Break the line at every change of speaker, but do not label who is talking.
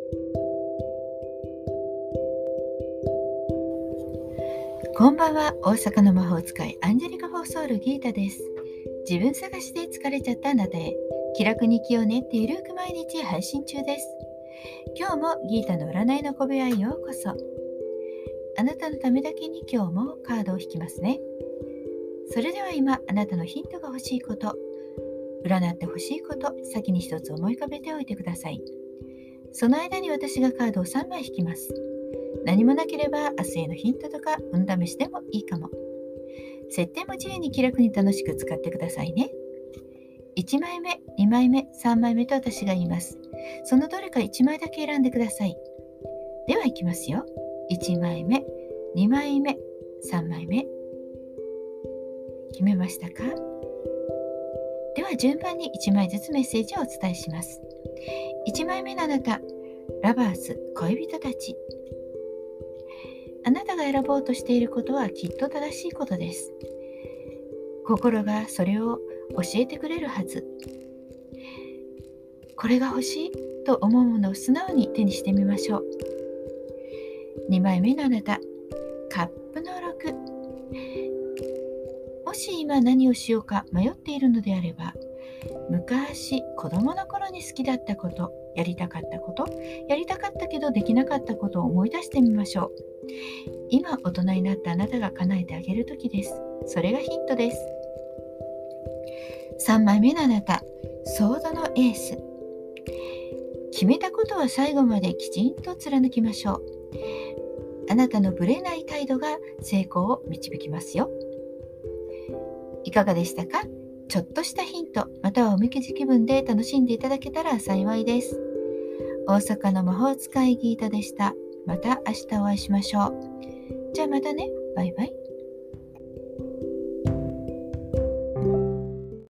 こんばんは。大阪の魔法使いアンジェリカ・フォーソールギータです。自分探しで疲れちゃったあなたへ、気楽に気を練ってゆるく毎日配信中です。今日もギータの占いの小部屋へようこそ。あなたのためだけに今日もカードを引きますね。それでは今、あなたのヒントが欲しいこと、占って欲しいこと、先に一つ思い浮かべておいてください。その間に私がカードを3枚引きます。何もなければ明日へのヒントとか運試しでもいいかも。設定も自由に気楽に楽しく使ってくださいね。1枚目、2枚目、3枚目と私が言います。そのどれか1枚だけ選んでください。ではいきますよ。1枚目、2枚目、3枚目。決めましたか？では順番に1枚ずつメッセージをお伝えします。1枚目のあなた、ラバーズ、恋人たち。あなたが選ぼうとしていることはきっと正しいことです。心がそれを教えてくれるはず。これが欲しいと思うものを素直に手にしてみましょう。2枚目のあなた、カップの6。もし今何をしようか迷っているのであれば、昔子供の頃に好きだったこと、やりたかったけどできなかったことを思い出してみましょう。今大人になったあなたが叶えてあげる時です。それがヒントです。3枚目のあなた、ソードのエース。決めたことは最後まできちんと貫きましょう。あなたのぶれない態度が成功を導きますよ。いかがでしたか？ちょっとしたヒント、またはおみくじ気分で楽しんでいただけたら幸いです。大阪の魔法使いギータでした。また明日お会いしましょう。じゃあまたね。バイバイ。